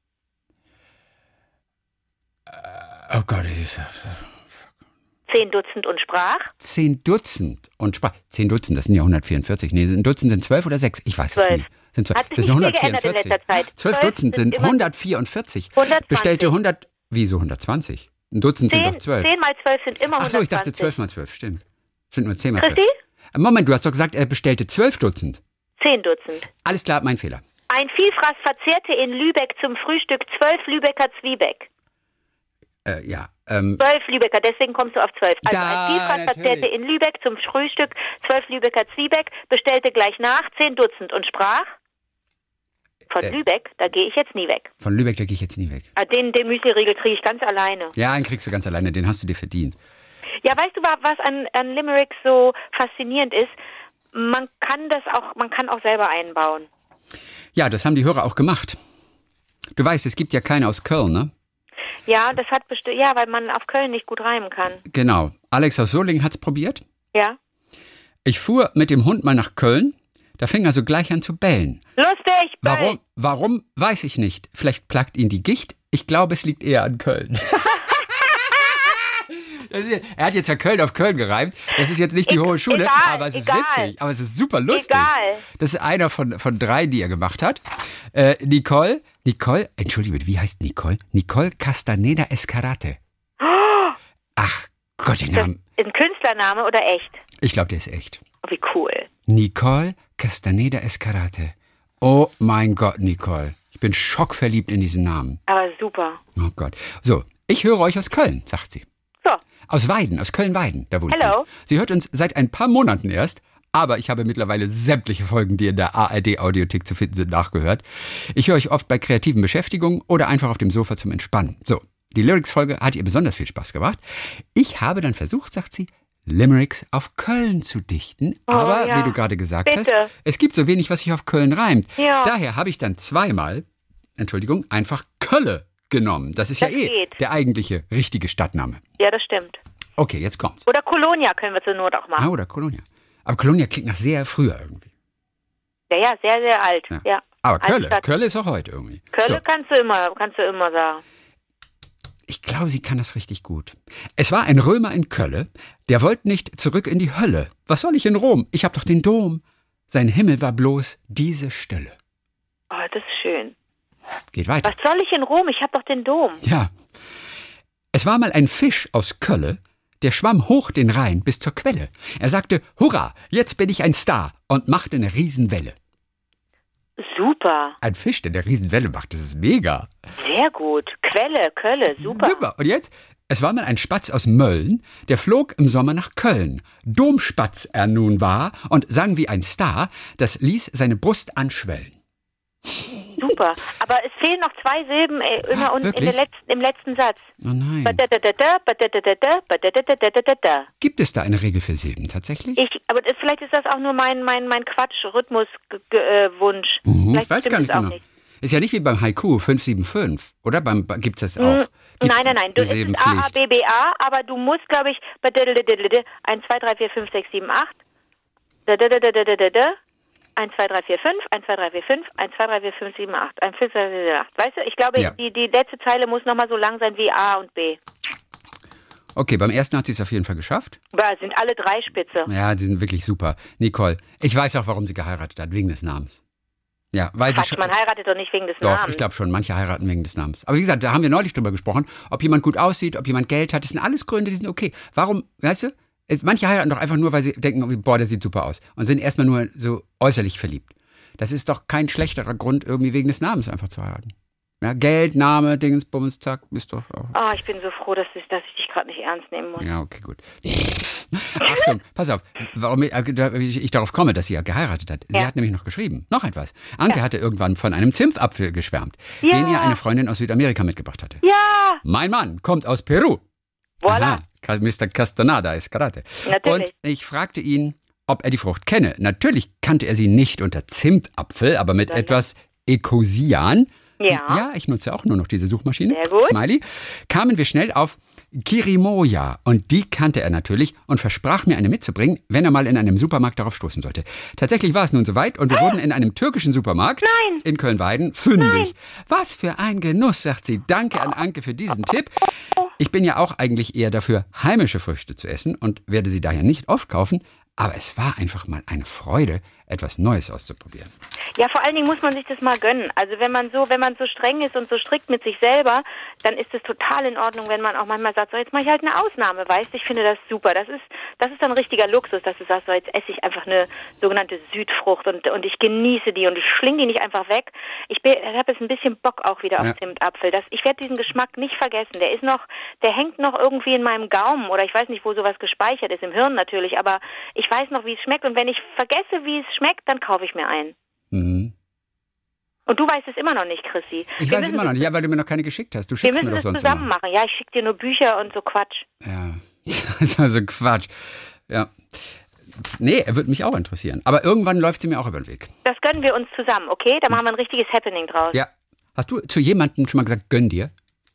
Oh Gott, das ist...
Zehn Dutzend und sprach.
Zehn Dutzend und sprach... Zehn Dutzend, das sind ja hundertvierundvierzig. Nee, ein Dutzend sind zwölf oder sechs? Ich weiß
Zwölf.
es nicht. Sind zwölf.
Hat sich
das sind
nicht viel geändert in
hundertvierundvierzig.
letzter Zeit.
Zwölf
Zwölf
Dutzend
sind
sind
immer-
hundertvierundvierzig.
hundertzwanzig.
Bestellte hundert... Wieso hundertzwanzig? Ein Dutzend sind
Zehn,
doch zwölf.
zehn mal zwölf sind immer
Ach so, ich dachte
hundertzwanzig.
zwölf mal zwölf, stimmt. Sind nur zehn mal zwölf.
Christi?
Moment, du hast doch gesagt, er bestellte zwölf Dutzend.
Zehn Dutzend.
Alles klar, mein Fehler.
Ein Vielfraß verzehrte in Lübeck zum Frühstück zwölf Lübecker Zwiebeck.
Äh, ja, ähm...
Zwölf Lübecker, deswegen kommst du auf zwölf. Also
Da,
ein Vielfraß
natürlich.
verzehrte in Lübeck zum Frühstück zwölf Lübecker Zwiebeck, bestellte gleich nach zehn Dutzend und sprach, von
Äh.
Lübeck, da gehe ich jetzt nie weg.
Von Lübeck, da gehe ich jetzt nie weg.
Ah, Den, den Müsli-Riegel kriege ich ganz alleine.
Ja, den kriegst du ganz alleine, den hast du dir verdient.
Ja, weißt du, wa- was an, an Limericks so faszinierend ist? Man kann das auch, man kann auch selber einbauen.
Ja, das haben die Hörer auch gemacht. Du weißt, es gibt ja keine aus Köln, ne?
Ja, das hat bestimmt, ja, weil man auf Köln nicht gut reimen kann.
Genau. Alex aus Solingen hat's probiert.
Ja?
Ich fuhr mit dem Hund mal nach Köln. Da fing er so gleich an zu bellen.
Lustig, Bell.
Warum? Warum? Weiß ich nicht. Vielleicht plagt ihn die Gicht. Ich glaube, es liegt eher an Köln. Das ist, er hat jetzt ja Köln auf Köln gereimt. Das ist jetzt nicht die
E-
hohe Schule,
egal,
aber es ist
egal.
witzig. Aber es ist super lustig.
Egal.
Das ist einer von, von drei, die er gemacht hat. Äh, Nicole, Nicole, entschuldige bitte, wie heißt Nicole? Nicole Castaneda Escarate. Ach Gott, den
Das
Namen.
ist ein Künstlername oder echt?
Ich glaube, der ist echt.
Oh, wie cool.
Nicole Castaneda Escarate. Oh mein Gott, Nicole. Ich bin schockverliebt in diesen Namen.
Aber super.
Oh Gott. So, ich höre euch aus Köln, sagt sie.
So,
Aus Weiden, aus Köln-Weiden, da wohnt
Hello.
sie. Sie hört uns seit ein paar Monaten erst, aber ich habe mittlerweile sämtliche Folgen, die in der A R D-Audiothek zu finden sind, nachgehört. Ich höre euch oft bei kreativen Beschäftigungen oder einfach auf dem Sofa zum Entspannen. So, die Lyrics-Folge hat ihr besonders viel Spaß gemacht. Ich habe dann versucht, sagt sie, Limericks auf Köln zu dichten, aber
ja.
wie du gerade gesagt
Bitte.
hast, es gibt so wenig, was sich auf Köln reimt.
Ja.
Daher habe ich dann zweimal, Entschuldigung, einfach Kölle genommen. Das ist
Das
ja eh
geht.
der eigentliche, richtige Stadtname.
ja, das stimmt.
Okay, jetzt kommt's.
Oder Colonia können wir zur Not auch machen.
Ah, oder Colonia. Aber Colonia klingt nach sehr früher irgendwie.
Ja, ja, sehr, sehr alt.
Ja.
Ja.
Aber Kölle,
Altstadt.
Kölle ist auch heute irgendwie.
Kölle
So,
kannst du immer, kannst du immer sagen.
ich glaube, sie kann das richtig gut. Es war ein Römer in Kölle, der wollte nicht zurück in die Hölle. Was soll ich in Rom? Ich hab doch den Dom. Sein Himmel war bloß diese Stelle.
Oh, das ist schön.
Geht weiter.
Was soll ich in Rom? Ich hab doch den Dom.
Ja. Es war mal ein Fisch aus Kölle, der schwamm hoch den Rhein bis zur Quelle. Er sagte, hurra, jetzt bin ich ein Star und machte eine Riesenwelle.
Super.
Ein Fisch, der eine Riesenwelle macht. Das ist mega.
Sehr gut. Quelle, Kölle, super.
Super. Und jetzt? Es war mal ein Spatz aus Mölln, der flog im Sommer nach Köln. Domspatz er nun war und sang wie ein Star, das ließ seine Brust anschwellen.
Super. Aber es fehlen noch zwei Silben äh, immer
Ah,
unten in
wirklich?
der letzten, im letzten Satz.
Oh nein.
Badadadada, badadadada, badadadadada.
Gibt es da eine Regel für Silben tatsächlich?
Ich, aber das, vielleicht ist das auch nur mein, mein, mein Quatsch-Rhythmus-Wunsch.
Mhm,
Vielleicht
ich weiß
stimmt
gar nicht
es auch
genau.
nicht.
Ist ja nicht wie beim Haiku fünf sieben fünf, oder? Beim, gibt es das auch? Gibt's
Nein, nein, nein. Du, es ist A, A, B, B, A, aber du musst, glaube ich, eins, zwei, drei, vier, fünf, sechs, sieben, acht. eins, zwei, drei, vier, fünf, eins, zwei, drei, vier, fünf, eins, zwei, drei, vier, fünf, sieben, acht, eins, fünf, zwei, drei, vier, acht. Weißt du, ich glaube,
Ja.
die, die letzte Zeile muss nochmal so lang sein wie A und B.
Okay, beim ersten hat sie es auf jeden Fall geschafft.
Aber sind alle drei spitze.
Ja, die sind wirklich super. Nicole, ich weiß auch, warum sie geheiratet hat, wegen des Namens. Ja, weil
Quatsch,
sie schon,
man heiratet doch nicht wegen des
Doch,
Namens.
ich glaube schon, manche heiraten wegen des Namens. Aber wie gesagt, da haben wir neulich drüber gesprochen, ob jemand gut aussieht, ob jemand Geld hat. Das sind alles Gründe, die sind okay. Warum, weißt du, jetzt, manche heiraten doch einfach nur, weil sie denken, boah, der sieht super aus. Und sind erstmal nur so äußerlich verliebt. Das ist doch kein schlechterer Grund, irgendwie wegen des Namens einfach zu heiraten. Ja, Geld, Name, Dingens, Bums, zack, ist doch auch.
Oh, ich bin so froh, dass ich, dass ich dich gerade nicht ernst nehmen muss.
Ja, okay, gut. Achtung, pass auf, warum ich, ich darauf komme, dass sie ja geheiratet hat. Sie
Ja.
hat nämlich noch geschrieben, noch etwas. Anke
Ja.
hatte irgendwann von einem Zimpfapfel geschwärmt,
Ja.
den ihr eine Freundin aus Südamerika mitgebracht hatte.
Ja,
Mein Mann kommt aus Peru.
voilà.
Aha, Mister Castaneda ist Karate.
Natürlich.
Und ich fragte ihn, ob er die Frucht kenne. Natürlich kannte er sie nicht unter Zimtapfel, aber mit
Sondern?
etwas Ecosian.
Ja.
Ja, ich nutze auch nur noch diese Suchmaschine.
Sehr gut.
Smiley. Kamen wir schnell auf Kirimoja. Und die kannte er natürlich und versprach mir, eine mitzubringen, wenn er mal in einem Supermarkt darauf stoßen sollte. Tatsächlich war es nun soweit und wir wurden in einem türkischen Supermarkt
Nein.
in Köln-Weiden fündig.
Nein.
Was für ein Genuss, sagt sie. Danke an Anke für diesen Tipp. Ich bin ja auch eigentlich eher dafür, heimische Früchte zu essen und werde sie daher nicht oft kaufen. Aber es war einfach mal eine Freude, etwas Neues auszuprobieren.
Ja, vor allen Dingen muss man sich das mal gönnen. Also wenn man so, wenn man so streng ist und so strikt mit sich selber, dann ist es total in Ordnung, wenn man auch manchmal sagt, so jetzt mache ich halt eine Ausnahme, weißt du, ich finde das super. Das ist, das ist dann richtiger Luxus, dass du sagst, so jetzt esse ich einfach eine sogenannte Südfrucht und, und ich genieße die und ich schlinge die nicht einfach weg. Ich, bin- ich habe jetzt ein bisschen Bock auch wieder
Ja.
auf Zimtapfel. Das, ich werde diesen Geschmack nicht vergessen. Der ist noch, der hängt noch irgendwie in meinem Gaumen oder ich weiß nicht, wo sowas gespeichert ist, im Hirn natürlich, aber ich weiß noch, wie es schmeckt und wenn ich vergesse, wie es schmeckt, dann kaufe ich mir einen.
Mhm.
Und du weißt es immer noch nicht, Chrissy.
Ich
Wir
weiß
müssen
immer noch
es-
nicht, ja, weil du mir noch keine geschickt hast. Du
Wir
schickst mir
müssen
doch
es
sonst
zusammen
immer.
machen. Ja, ich schicke dir nur Bücher und so Quatsch.
Ja, das ist also Quatsch. Ja. Nee, er würde mich auch interessieren. Aber irgendwann läuft sie mir auch über den Weg.
Das gönnen wir uns zusammen, okay? Da machen wir ein richtiges Happening draus.
Ja. Hast du zu jemandem schon mal gesagt, gönn dir?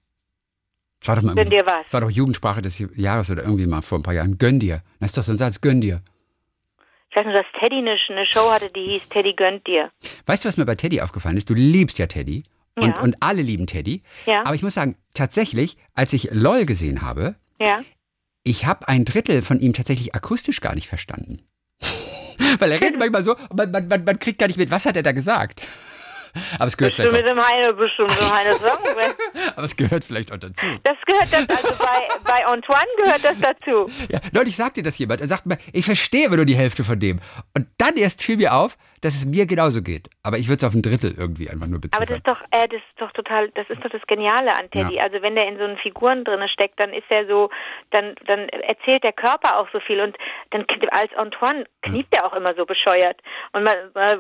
Das war doch mal
Gönn dir was?
Das war doch Jugendsprache des Jahres oder irgendwie mal vor ein paar Jahren. Gönn dir. Das ist doch so ein Satz, gönn dir.
Ich weiß nur, dass Teddy eine, eine Show hatte, die hieß Teddy gönnt dir.
Weißt du, was mir bei Teddy aufgefallen ist? Du liebst ja Teddy. Und,
Ja.
und alle lieben Teddy.
Ja.
Aber ich muss sagen, tatsächlich, als ich LOL gesehen habe,
Ja?
ich habe ein Drittel von ihm tatsächlich akustisch gar nicht verstanden. Weil er redet manchmal so, und man, man, man, man kriegt gar nicht mit, was hat er da gesagt. Aber es gehört
Bist du
vielleicht
mit
auch,
dem Heine, bist du mit dem Heine Song?
aber es gehört vielleicht auch dazu.
Das gehört das, also bei, bei Antoine gehört das dazu.
Ja, neulich sagte das jemand. Er sagt mir, ich verstehe aber nur die Hälfte von dem. Und dann erst fiel mir auf, dass es mir genauso geht. Aber ich würde es auf ein Drittel irgendwie einfach nur beziffern.
Aber das ist doch, äh, das ist doch total, das ist doch das Geniale an Teddy.
Ja.
Also wenn der in so einen Figuren drinne steckt, dann ist er so, dann, dann erzählt der Körper auch so viel und dann als Antoine kniet der auch immer so bescheuert und man,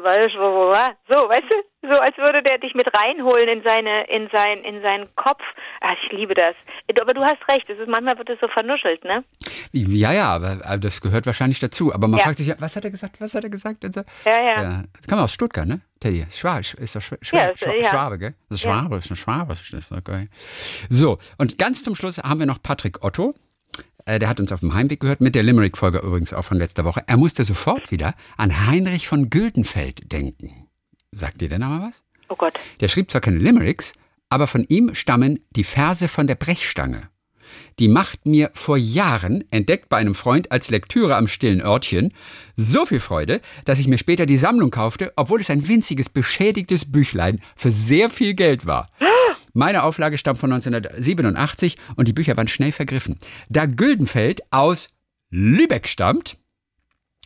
so, weißt du, so als würde der dich mit reinholen in seine, in sein, in seinen Kopf. Ah, ich liebe das. Aber du hast recht, es ist manchmal wird es so vernuschelt, ne?
Ja, ja, aber, aber das gehört wahrscheinlich dazu. Aber man
Ja.
fragt sich, ja, was hat er gesagt? Was hat er gesagt? Und so.
Ja, ja.
Ja, das kam aus Stuttgart, ne? Teddy, Schwabe, ist doch Schwa Schwa
Ja, ist-
Schwa
ja.
Schwabe, gell? Das ist
Ja.
Schwabe, ist ein Schwabe. Ist das okay. So, und ganz zum Schluss haben wir noch Patrick Otto. Äh, Der hat uns auf dem Heimweg gehört, mit der Limerick-Folge übrigens auch von letzter Woche. Er musste sofort wieder an Heinrich von Güldenfeld denken. Sagt dir der Name was?
Oh Gott.
Der schrieb zwar keine Limericks, aber von ihm stammen die Verse von der Brechstange. Die macht mir vor Jahren, entdeckt bei einem Freund als Lektüre am stillen Örtchen, so viel Freude, dass ich mir später die Sammlung kaufte, obwohl es ein winziges, beschädigtes Büchlein für sehr viel Geld war. Meine Auflage stammt von neunzehnhundertsiebenundachtzig und die Bücher waren schnell vergriffen. Da Güldenfeld aus Lübeck stammt,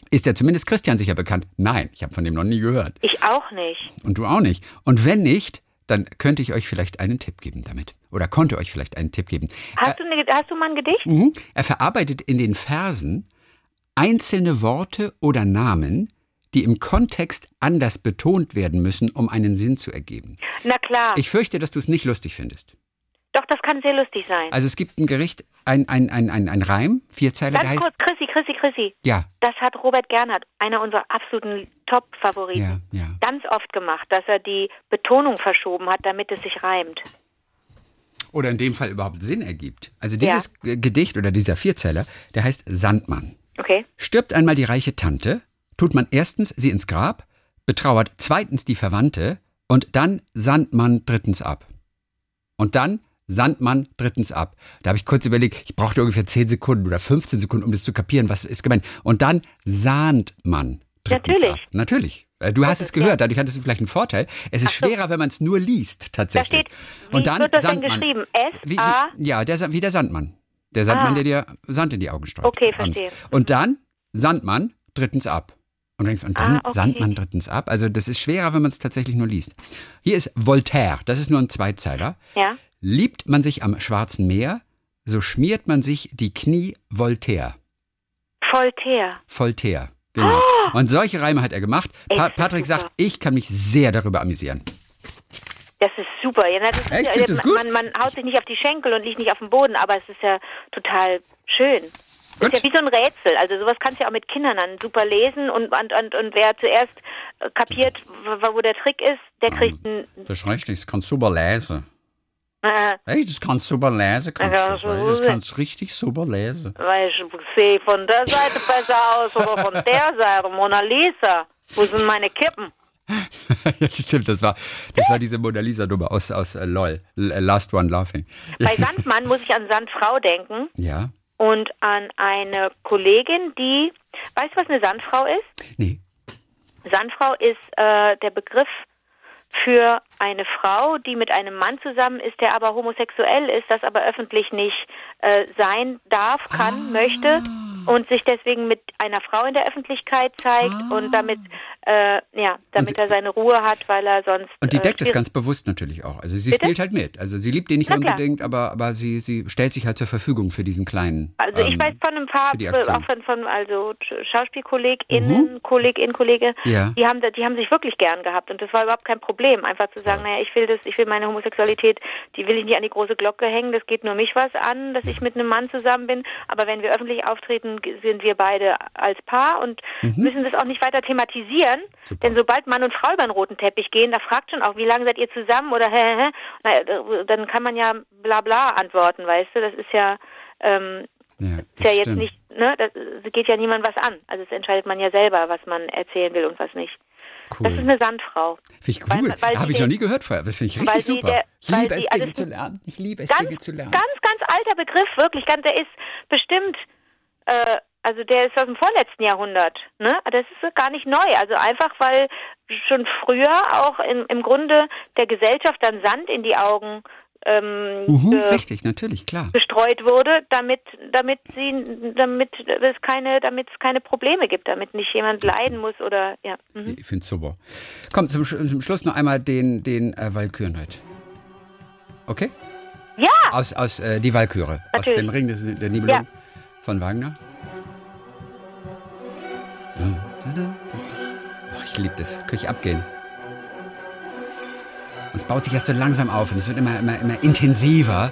Ist der zumindest Christian sicher bekannt? Nein, ich habe von dem noch nie gehört.
Ich auch nicht.
Und du auch nicht. Und wenn nicht, dann könnte ich euch vielleicht einen Tipp geben damit. Oder konnte euch vielleicht einen Tipp geben.
Hast,
er,
du, eine, hast du mal ein Gedicht?
Mhm. Er verarbeitet in den Versen einzelne Worte oder Namen, die im Kontext anders betont werden müssen, um einen Sinn zu ergeben.
Na klar.
Ich fürchte, dass du es nicht lustig findest.
Doch, das kann sehr lustig sein.
Also es gibt ein Gericht, ein, ein, ein, ein, ein Reim, Vierzeiler, der
Ganz
heißt...
kurz, Chrissy, Chrissy, Chrissy.
Ja.
Das hat Robert Gernhardt, einer unserer absoluten Top-Favoriten,
Ja, ja.
ganz oft gemacht, dass er die Betonung verschoben hat, damit es sich reimt.
Oder in dem Fall überhaupt Sinn ergibt. Also dieses ja. Gedicht oder dieser Vierzeiler, der heißt Sandmann.
Okay.
Stirbt einmal die reiche Tante, tut man erstens sie ins Grab, betrauert zweitens die Verwandte und dann Sandmann drittens ab. Und dann Sandmann drittens ab. Da habe ich kurz überlegt, ich brauchte ungefähr zehn Sekunden oder fünfzehn Sekunden, um das zu kapieren, was ist gemeint. Und dann Sandmann drittens
Natürlich.
ab. Natürlich. Du hast es gehört, dadurch hattest du vielleicht einen Vorteil. Es ist
Ach so.
schwerer, wenn man es nur liest, tatsächlich.
Da steht, wie
und dann
wird das
Sandmann.
denn geschrieben? S
Wie,
A
wie, ja, der, wie der Sandmann. Der Sandmann,
Ah.
der dir Sand in die Augen streut.
Okay,
abends.
verstehe.
Und dann Sandmann drittens ab. Und du denkst, und dann
Ah, okay.
Sandmann drittens ab. Also das ist schwerer, wenn man es tatsächlich nur liest. Hier ist Voltaire, das ist nur ein Zweizeiler.
Ja.
Liebt man sich am Schwarzen Meer, so schmiert man sich die Knie Voltaire.
Voltaire.
Voltaire, genau. Und solche Reime hat er gemacht. Pa-
Echt,
Patrick
super.
sagt, ich kann mich sehr darüber amüsieren.
Das ist super. Ja, das ist,
Echt? Findest du das gut?
man, man haut sich nicht auf die Schenkel und liegt nicht auf den Boden, aber es ist ja total schön. Das
Gut.
ist ja wie so ein Rätsel. Also sowas kannst du ja auch mit Kindern dann super lesen und, und, und, und wer zuerst äh, kapiert, wo, wo der Trick ist, der kriegt ein...
Das ist richtig, das kannst du super lesen.
Äh,
Hey, das kannst du super lesen. Kannst
Ja,
du das,
so
weißt du, das
ist es.
kannst du richtig super lesen.
weil ich sehe von der Seite besser aus oder von der Seite. Mona Lisa, wo sind meine Kippen?
Ja, stimmt, das war, das war diese Mona Lisa-Nummer aus, aus äh, LOL, L- äh, Last One Laughing.
Bei Sandmann muss ich an Sandfrau denken
Ja?
und an eine Kollegin, die... Weißt du, was eine Sandfrau ist?
Nee.
Sandfrau ist äh, der Begriff für eine Frau, die mit einem Mann zusammen ist, der aber homosexuell ist, das aber öffentlich nicht äh, sein darf, kann,
Ah.
möchte und sich deswegen mit einer Frau in der Öffentlichkeit zeigt
Ah.
und damit, äh, ja, damit
Und-
er seine Ruhe hat, weil er sonst...
Und die
äh,
deckt es
schwierig-
ganz bewusst natürlich auch. Also sie
Bitte?
spielt halt mit. Also sie liebt ihn nicht
Na klar.
unbedingt, aber, aber sie, sie stellt sich halt zur Verfügung für diesen kleinen.
Also ich
ähm,
weiß von ein paar,
für die
äh,
Aktion.
auch von, von also SchauspielkollegInnen,
Mhm.
KollegInnen, Kollege,
Ja.
die haben, die haben sich wirklich gern gehabt und das war überhaupt kein Problem, einfach zu sagen,
Toll.
naja, ich will das, ich will meine Homosexualität, die will ich nicht an die große Glocke hängen, das geht nur mich was an, dass ich mit einem Mann zusammen bin, aber wenn wir öffentlich auftreten, g- sind wir beide als Paar und müssen das auch nicht weiter thematisieren,
Mhm. Super.
denn sobald Mann und Frau über den roten Teppich gehen, da fragt schon auch, wie lange seid ihr zusammen oder hä, hä, hä? Na, dann kann man ja bla bla antworten, weißt du, das ist ja, ähm,
Ja,
ist
das
ja jetzt
stimmt.
nicht, ne, das, es geht ja niemand was an. Also es entscheidet man ja selber, was man erzählen will und was nicht.
Cool.
Das ist eine Sandfrau.
Finde ich
weil-
cool.
weil
Habe
sie
ich noch
den-
nie gehört vorher. Das finde ich
weil
richtig
sie
super.
der-
ich
weil
liebe
sie
es, Dinge
alles-
zu lernen. Ich liebe es,
Ganz,
Dinge zu lernen.
ganz, ganz alter Begriff, wirklich. Ganz, der ist bestimmt, äh, also der ist aus dem vorletzten Jahrhundert. Ne? Das ist gar nicht neu. Also einfach, weil schon früher auch in, im Grunde der Gesellschaft dann Sand in die Augen ähm,
Mhm,
äh,
richtig, natürlich, klar.
gestreut wurde, damit, damit sie, damit es keine, damit es keine Probleme gibt, damit nicht jemand leiden muss oder ja. Mhm.
Ich finde es super. Komm, zum, Sch- zum Schluss noch einmal den, den äh, Walkürenritt. Okay?
Ja,
Aus, aus äh, die Walküre. Aus
Natürlich.
dem Ring des, der Nibelungen
Ja.
von Wagner. Da, da, da, da. Oh, ich liebe das. Könnte ich abgehen. Und es baut sich erst so langsam auf und es wird immer, immer, immer intensiver.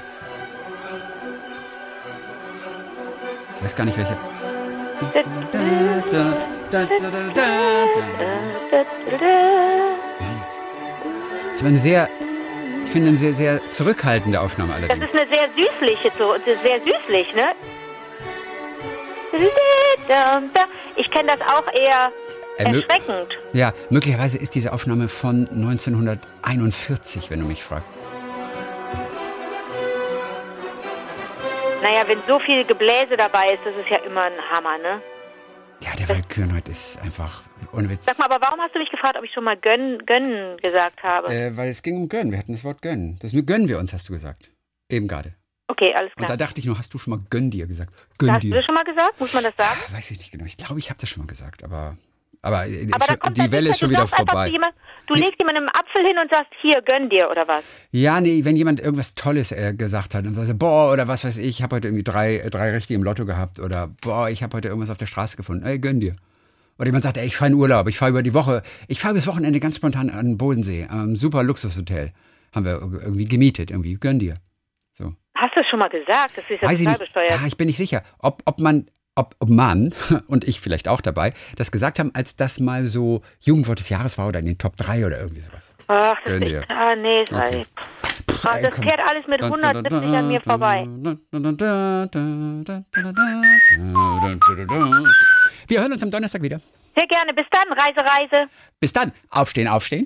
Ich weiß gar nicht, welche. Da, da, da, da, da, da, da. Das ist aber eine sehr, ich finde, eine sehr, sehr zurückhaltende Aufnahme
das
allerdings.
ist eine sehr süßliche, so, das ist sehr süßlich, ne? Ich kenne das auch eher
Äh, mö-
erschreckend.
Ja, möglicherweise ist diese Aufnahme von neunzehnhunderteinundvierzig, wenn du mich fragst.
Naja, wenn so viel Gebläse dabei ist, das ist ja immer ein Hammer, ne?
Ja, der Walkürenritt ist einfach ohne Witz.
Sag mal, aber warum hast du mich gefragt, ob ich schon mal gönnen, gönnen gesagt habe?
Äh, weil es ging um Gönnen. Wir hatten das Wort Gönnen. Das gönnen wir uns, hast du gesagt. Eben gerade.
Okay, alles
Und
klar.
da dachte ich nur, hast du schon mal gönn dir gesagt? Gönn
Hast du
dir.
das schon mal gesagt? Muss man das sagen?
Weiß ich nicht genau. Ich glaube, ich habe das schon mal gesagt, aber, aber,
Aber
ist
da
schon,
kommt
die
das
Welle
nicht,
ist schon
du
wieder
sagst einfach
vorbei.
zu jemand, du
Nee.
legst jemandem einen Apfel hin und sagst, hier, gönn dir, oder was?
Ja, nee, wenn jemand irgendwas Tolles äh, gesagt hat und sagt, boah, oder was weiß ich, ich habe heute irgendwie drei, äh, drei Richtige im Lotto gehabt oder boah, ich habe heute irgendwas auf der Straße gefunden, ey, gönn dir. Oder jemand sagt, ey, ich fahre in Urlaub, ich fahre über die Woche, ich fahre bis Wochenende ganz spontan an den Bodensee, am super Luxushotel, haben wir irgendwie gemietet, irgendwie, gönn dir. So.
Hast du es schon mal gesagt? Das ist ja
Weiß ich
total
nicht,
besteuert.
ah, ich bin nicht sicher, ob, ob man, ob, ob man und ich vielleicht auch dabei, das gesagt haben, als das mal so Jugendwort des Jahres war oder in den Top drei oder irgendwie sowas.
Ach, das
Gönn
ist,
dir.
ah, nee, das,
Okay.
Pff, ah, das fährt alles mit hundertsiebzig an mir vorbei.
Wir hören uns am Donnerstag wieder.
Sehr gerne. Bis dann, Reise, Reise.
Bis dann. Aufstehen, aufstehen.